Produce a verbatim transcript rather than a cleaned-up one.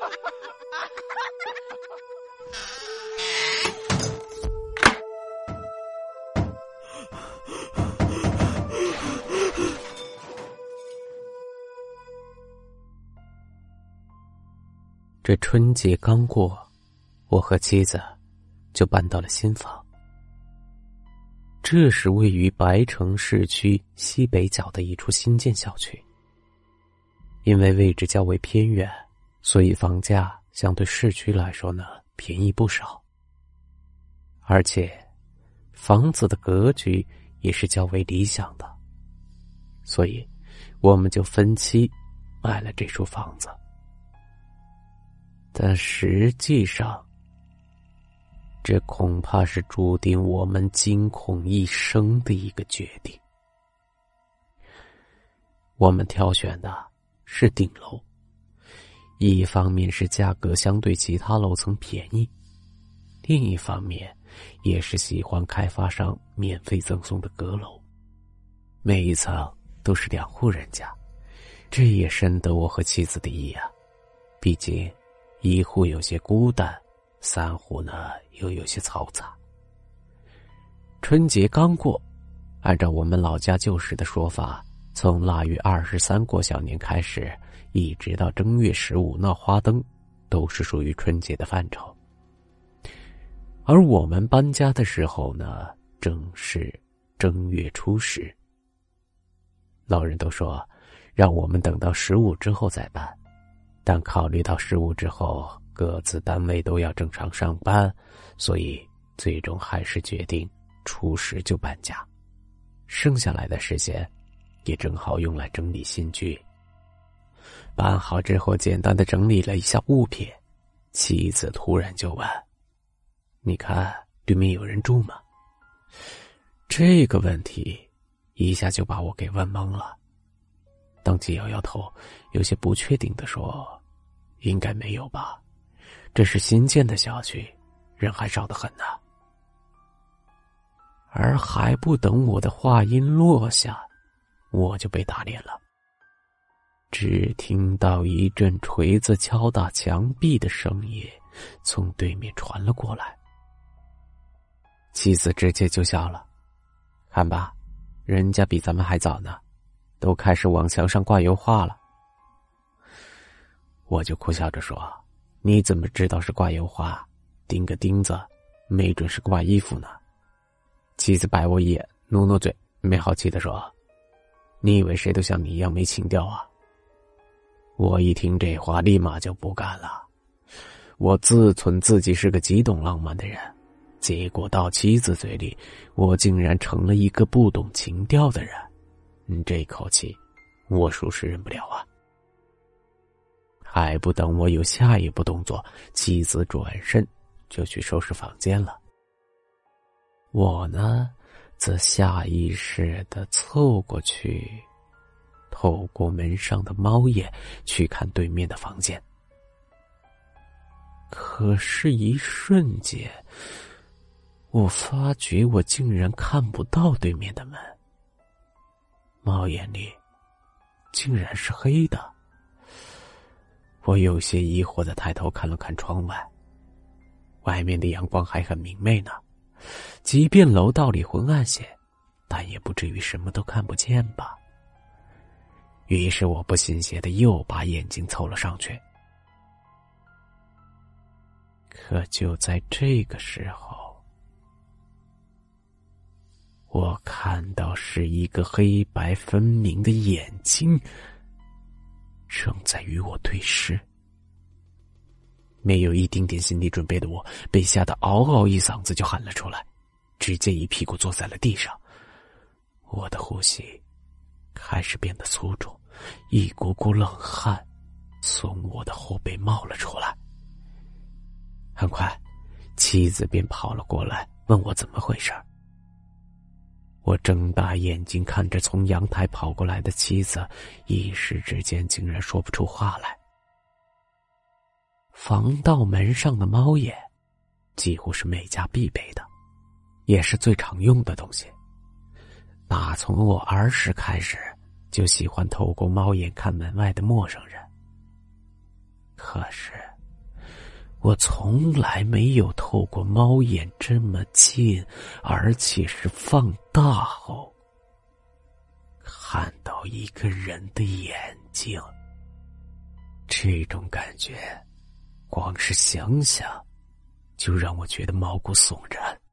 这春节刚过，我和妻子就搬到了新房。这是位于白城市区西北角的一处新建小区。因为位置较为偏远，所以房价相对市区来说呢便宜不少。而且房子的格局也是较为理想的，所以我们就分期买了这处房子。但实际上，这恐怕是注定我们惊恐一生的一个决定。我们挑选的是顶楼，一方面是价格相对其他楼层便宜，另一方面也是喜欢开发商免费赠送的阁楼，每一层都是两户人家，这也深得我和妻子的意啊。毕竟一户有些孤单，三户呢又有些嘈杂。春节刚过，按照我们老家旧时的说法，从腊月二十三过小年开始，一直到正月十五闹花灯，都是属于春节的范畴。而我们搬家的时候呢，正是正月初十。老人都说让我们等到十五之后再搬，但考虑到十五之后各自单位都要正常上班，所以最终还是决定初十就搬家。剩下来的时间也正好用来整理新居。搬好之后简单的整理了一下物品，妻子突然就问：你看对面有人住吗？这个问题一下就把我给问懵了，当即摇摇头，有些不确定地说：应该没有吧，这是新建的小区，人还少得很呢。而还不等我的话音落下，我就被打脸了。只听到一阵锤子敲打墙壁的声音从对面传了过来。妻子直接就笑了：看吧，人家比咱们还早呢，都开始往墙上挂油画了。我就哭笑着说：你怎么知道是挂油画？钉个钉子没准是挂衣服呢。妻子白我一眼，努努嘴，没好气地说：你以为谁都像你一样没情调啊？我一听这话立马就不干了。我自存自己是个极懂浪漫的人，结果到妻子嘴里，我竟然成了一个不懂情调的人。嗯，这口气我属实忍不了啊。还不等我有下一步动作，妻子转身就去收拾房间了。我呢则下意识地凑过去，透过门上的猫眼去看对面的房间。可是一瞬间，我发觉我竟然看不到对面的门，猫眼里竟然是黑的。我有些疑惑地抬头看了看窗外，外面的阳光还很明媚呢，即便楼道里昏暗些，但也不至于什么都看不见吧。于是我不信邪的又把眼睛凑了上去。可就在这个时候，我看到是一个黑白分明的眼睛正在与我对视。没有一丁点心理准备的我被吓得嗷嗷一嗓子就喊了出来，直接一屁股坐在了地上。我的呼吸开始变得粗重，一股股冷汗从我的后背冒了出来。很快妻子便跑了过来问我怎么回事。我睁大眼睛看着从阳台跑过来的妻子，一时之间竟然说不出话来。防盗门上的猫眼几乎是每家必备的，也是最常用的东西。打从我儿时开始就喜欢透过猫眼看门外的陌生人。可是我从来没有透过猫眼这么近，而且是放大后，看到一个人的眼睛。这种感觉，光是想想，就让我觉得毛骨悚然。